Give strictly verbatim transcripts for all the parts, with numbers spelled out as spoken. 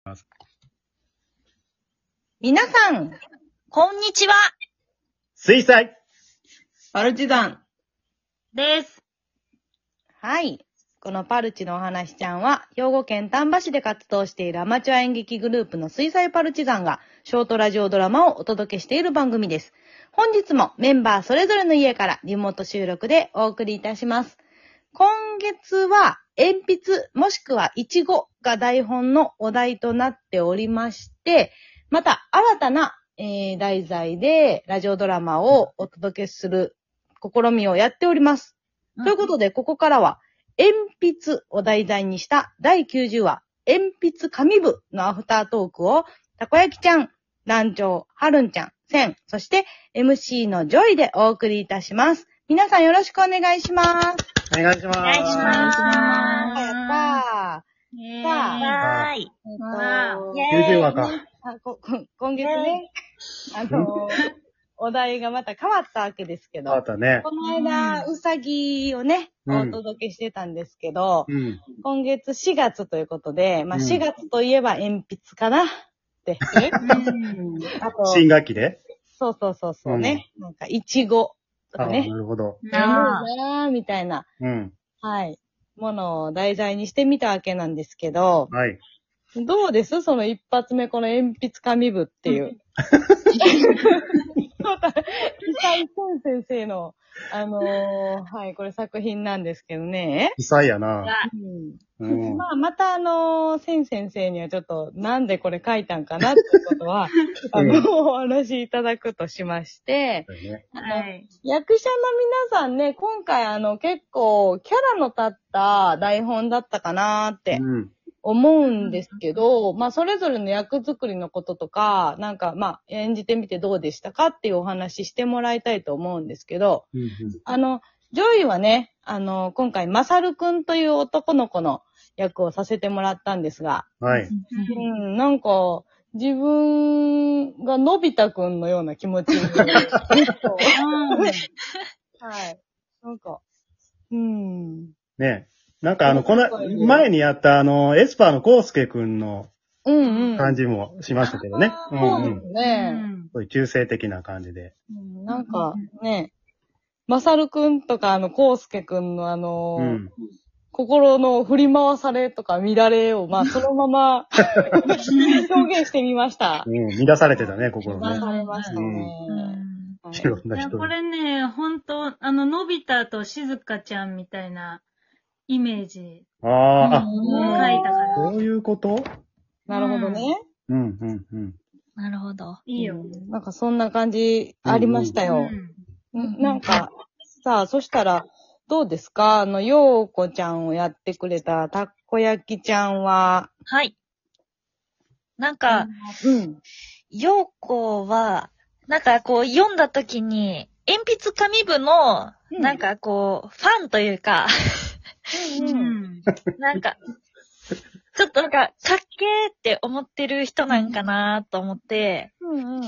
皆さん、こんにちは。 水彩パルチザンです。はい。このパルチのお話ちゃんは、兵庫県丹波市で活動しているアマチュア演劇グループの水彩パルチザンが、ショートラジオドラマをお届けしている番組です。本日もメンバーそれぞれの家からリモート収録でお送りいたします。今月は、鉛筆もしくはイチゴが台本のお題となっておりまして、また新たな、えー、題材でラジオドラマをお届けする試みをやっております。うん、ということで、ここからは鉛筆を題材にしただいきゅうじゅうわ鉛筆紙部のアフタートークをたこ焼きちゃん、団長、はるんちゃん、せん、そして エムシー のジョイでお送りいたします。皆さんよろしくお願いします。 お願いします。お願いします。 やったー。 ー。 さあ、 ーい。 えっと、 きゅうじゅうわか。 あここ今月ね、あの、お題がまた変わったわけですけど、 変わったね。 この間、うさぎをね、 うん、 お届けしてたんですけど、 うん、 今月しがつということで、まあ、しがつといえば鉛筆かなって。 うん、あと新学期でそうそうそうそうね、うん。なんか、いちごとかね。 なるほど。 なーみたいな、 うん。はい。 ものを題材にしてみたわけなんですけど、 はい。 どうですその一発目、この鉛筆紙部っていう。久井先生の、あのー、はい、これ作品なんですけどね。 久井やな。 うん。うん、まあ、またあのー、千先生にはちょっと、なんでこれ書いたんかなってことは、あの、お話しいただくとしまして、はい、役者の皆さんね、今回あの、結構、キャラの立った台本だったかなって。うん思うんですけど、まあ、それぞれの役作りのこととか、なんか、まあ、演じてみてどうでしたかっていうお話ししてもらいたいと思うんですけど、うんうん、あの、ジョイはね、あの、今回、マサルくんという男の子の役をさせてもらったんですが、はい。うん、なんか、自分がのび太くんのような気持ちになる。はい。なんか、うん。 ねなんかあの、この、前にやったあの、エスパーのコウスケくんの感じもしましたけどね。 うんうん、そうですね。 そういう中性的な感じで。 うん、なんかね、マサルくんとかあの、コウスケくんのあの、うん、心の振り回されとか乱れを、まあそのまま表現してみました。 うん、乱されてたね、心ね。 乱されましたね。 うん、いろんな人。 いや、これね、ほんと、あの、のび太としずかちゃんみたいな、イメージ。 ああ、あ、 書いたから。 そういうことなるほどね。 うん、うん、うん。 なるほど。いいよ。 なんかそんな感じありましたよ。うんうん、なんか、さあ、そしたら、どうですかあの、ようこちゃんをやってくれたたこ焼きちゃんは。 はい。なんか、うん。ようこは、なんかこう読んだときに、鉛筆紙部の、なんかこう、ファンというか、うんうん、なんか、ちょっとなんか、かっけーって思ってる人なんかなと思って、うんうん、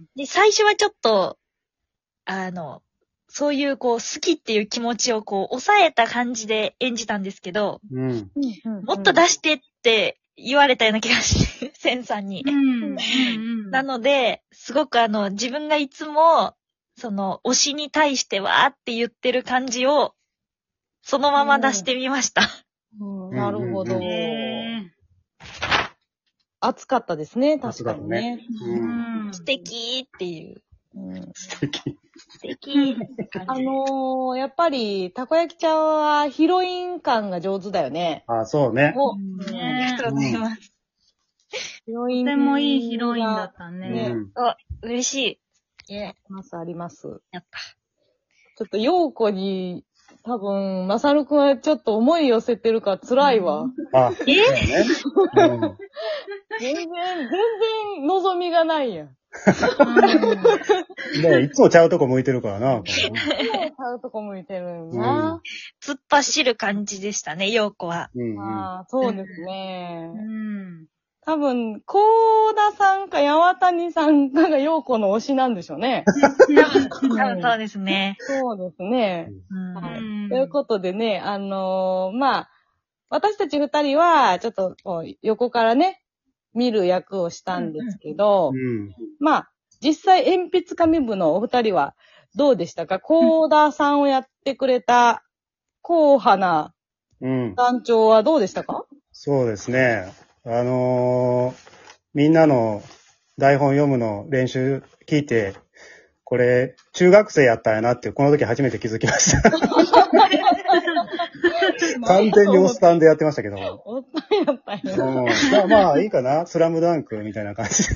で、最初はちょっと、あの、そういうこう、好きっていう気持ちをこう、抑えた感じで演じたんですけど、うん、もっと出してって言われたような気がして、センさんに。うん、なので、すごくあの、自分がいつも、その、推しに対してわーって言ってる感じを、そのまま出してみました。 うんうん、なるほど。熱かったですね、確かにね。ねうん、素敵っていう。 うん、素敵。 素敵。 あのー、やっぱり、たこ焼きちゃんはヒロイン感が上手だよね。 あ、そうね。 お、ね、ありがとうございます。 ヒロイン。 とてもいいヒロインだったね。ねうん、あ、嬉しい。 いえ。あります、あります。 やった。 ちょっと、ようこに、多分、まさるくんはちょっと思い寄せてるから辛いわ。 あ、えね、 うん、全然、全然望みがないやん。 ねいつもちゃうとこ向いてるからな。いつもちゃうとこ向いてるな。 突っ走る感じでしたね、ようこは。 うんうん、ああ、そうですね。うん、多分、コーダさんか山谷さんかがようこの推しなんでしょうね。 そうですね。 そうですね。うんはい、ということでね、あのー、まあ、私たち二人は、ちょっと、横からね、 見る役をしたんですけど、 うん。 まあ、実際鉛筆紙部のお二人はどうでしたか？コーダーさんをやってくれた硬派なうん。 団長はどうでしたか？ そうですね。あのー、みんなの台本読むの練習聞いて、これ、中学生やったんやなって、この時初めて気づきました。完全におっさんでやってましたけど。 おっさんやったんや。 うん、まあまあ、いいかな。スラムダンクみたいな感じで。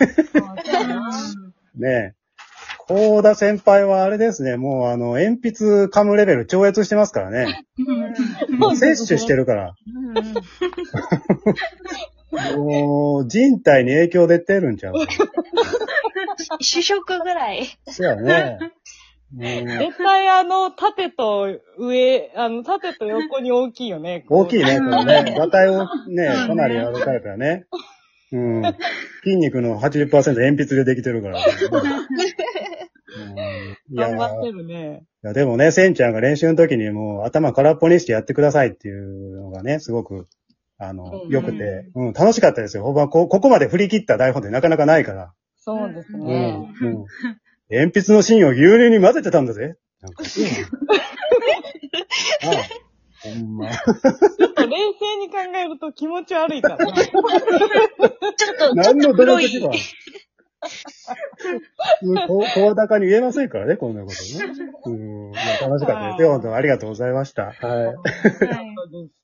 ねえ。高田先輩はあれですね、もうあの、鉛筆噛むレベル超越してますからね。もう摂取してるから。もう、人体に影響出てるんちゃう主食ぐらい。 そうやね。 絶対あの、縦と上、あの、縦と横に大きいよね。 大きいね、これね。馬体をね、かなりあるタイプやね。うん。筋肉の はちじゅっパーセント 鉛筆でできてるから。 うん、頑張ってるね。 いや、でもね、せんちゃんが練習の時にもう頭空っぽにしてやってくださいっていうのがね、すごく、あの、良、うん、くて、うん、楽しかったですよ。ほんまこ、ここまで振り切った台本ってなかなかないから。 そうですね。 うん。うん、鉛筆の芯を牛乳に混ぜてたんだぜ。なんかいいね。ああ、ほんま。 ちょっと冷静に考えると気持ち悪いからな。ちょっと、 何の泥的は。声高に言えませんからね、こんなことね。うん。楽しかったですよ。本当ありがとうございました。はい。 そうです。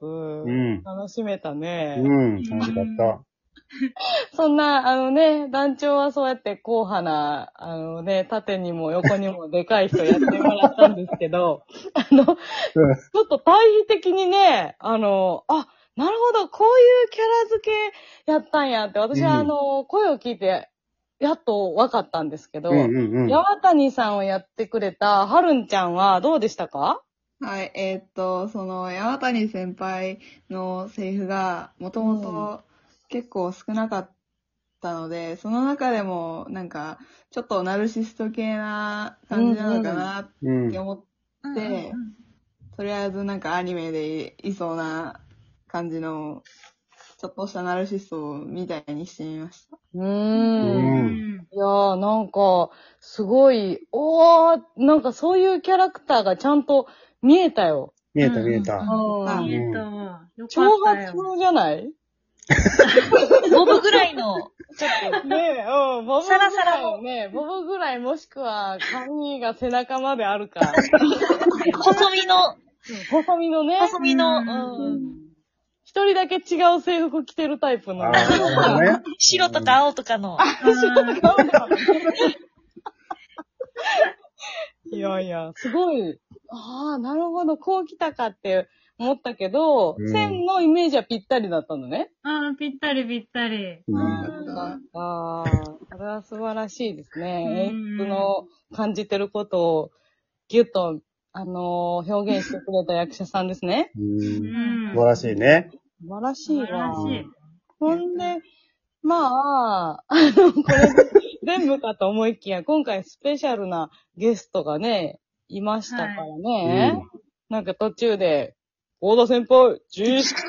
うん。楽しめたね。 うん。楽しかった。 そんな、あのね、団長はそうやって硬派な、あのね、縦にも横にもでかい人やってもらったんですけど、あの、ちょっと対比的にね、あの、あ、なるほど、こういうキャラ付けやったんやって、私はあの、声を聞いて、やっと分かったんですけど、うんうんうん、山谷さんをやってくれたはるんちゃんはどうでしたか？ はい、えー、っと、その山谷先輩のセリフがもともと結構少なかったので、うん、その中でもなんかちょっとナルシスト系な感じなのかなって思って、うんうん、とりあえずなんかアニメでいそうな感じのちょっとしたナルシストみたいにしてみました。 うーん。いやー、なんか、すごい、おー、なんかそういうキャラクターがちゃんと見えたよ。 見えた見えた。 見えたわ。 挑発じゃないボブぐらいの、ちょっと。 ねえ、うん、ボブぐらい。サラサラの。ねボブぐらいもしくは髪が背中まであるか。 細身の。 細身のね。 細身の、うん。 一人だけ違う制服着てるタイプの。ね、 白とか青とかの。 白とか青とかの。いやいや、すごい。ああ、なるほど、こう来たかって思ったけど、うん、線のイメージはぴったりだったのね。 ああ、ぴったりぴったり。 うん、ああ、それは素晴らしいですね。演出の感じてることをギュッと、あのー、表現してくれた役者さんですね。 うん。素晴らしいね。 素晴らしいわ。素晴らしい。ほんで、まあ、あの、これ全部かと思いきや、今回スペシャルなゲストがね、いましたからね。はい、なんか途中で、大田先輩、自意識。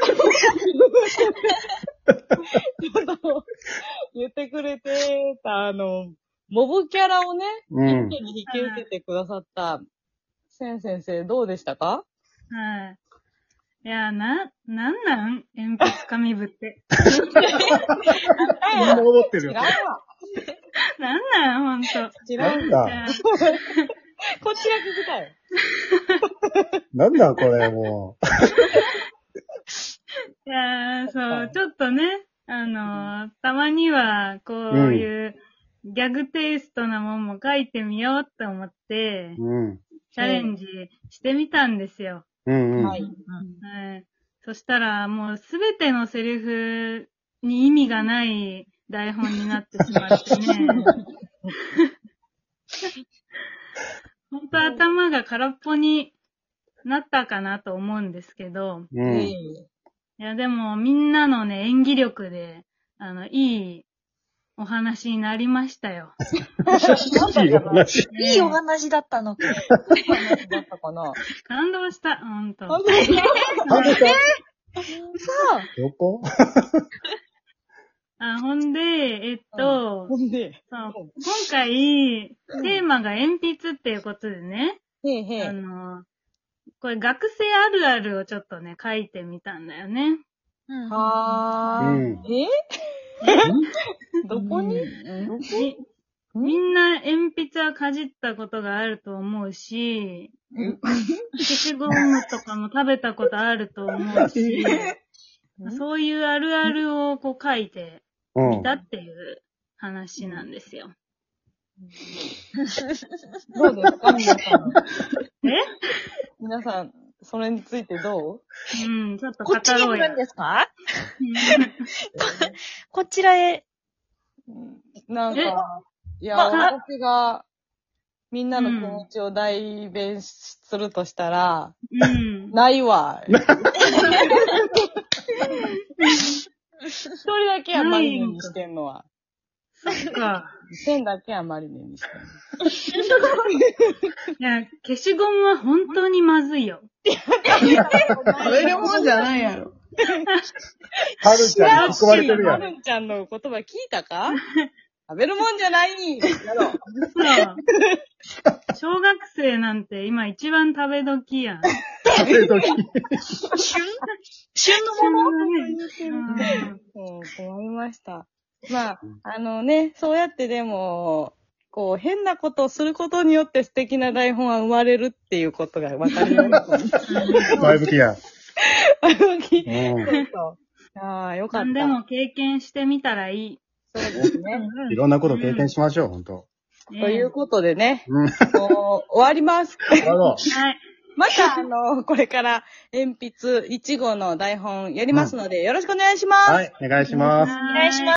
言ってくれてた、あの、モブキャラをね、 うん、 一気に引き受けてくださった、千先生、どうでしたか？ はい。いや、な、なんなん鉛筆紙部って。 みんな思ってるよ。 違うわ。 なんなんほんと。 違うんだ。こっちが聞きたい。 なんだこれ、もう。 いやー、そう、ちょっとね、あのー、たまには、こういうギャグテイストなもんも書いてみようって思って、 うん、 チャレンジしてみたんですよ。 うんうん、 はい。 はい。そしたら、もうすべてのセリフに意味がない台本になってしまってね。本当頭が空っぽになったかなと思うんですけど。 うん、 いや、でもみんなのね、演技力で、あの、いいお話になりましたよ。 いいお話。 いいお話だったのか。いいお話だったかな。 感動した、ほんと。 感動した。 感動した。 嘘。 どこあ、ほんで、えっと、 ほんで。 そう今回、テーマが鉛筆っていうことでね、 へえへえ。 あの、これ学生あるあるをちょっとね、書いてみたんだよね。 うん。 はー。 うん。 えどこにどこみみんな鉛筆はかじったことがあると思うし、消しゴムとかも食べたことあると思うし、そういうあるあるをこう書いてうんみたっていう話なんですよ。 どうですか皆さん。 え皆さん、それについてどうん、ちょっとこっちに語ろうや来るん。ですかうんこちらへ。 うなんか、いや、 まあ私が、みんなの気持ちを代弁するとしたら、 うん。 ないわ。一人だけはマリネにしてんのは。 そっか。 線だけはマリネにしてんの。 いや、消しゴムは本当にまずいよ。 食べるもんじゃないやろ。 はるちゃんに囲まれてるやん。 はるんちゃんの言葉聞いたか食べるもんじゃないやろ。 そう。小学生なんて今一番食べ時やん。 食べ時。 旬旬のものね。 うん、困りました。まあ、あのね、そうやってでも、こう、変なことをすることによって素敵な台本は生まれるっていうことが分かりました。 前向きや。 前向き。 うん。 ああ、よかった。 何でも経験してみたらいい。 そうですね。 いろんなこと経験しましょう、ほんと。 ねということでね、 うん。 もう終わります。 あの、 はい。 また、あの、これから鉛筆いち号の台本やりますので、よろしくお願いします。 はい、お願いします。 おお願いします。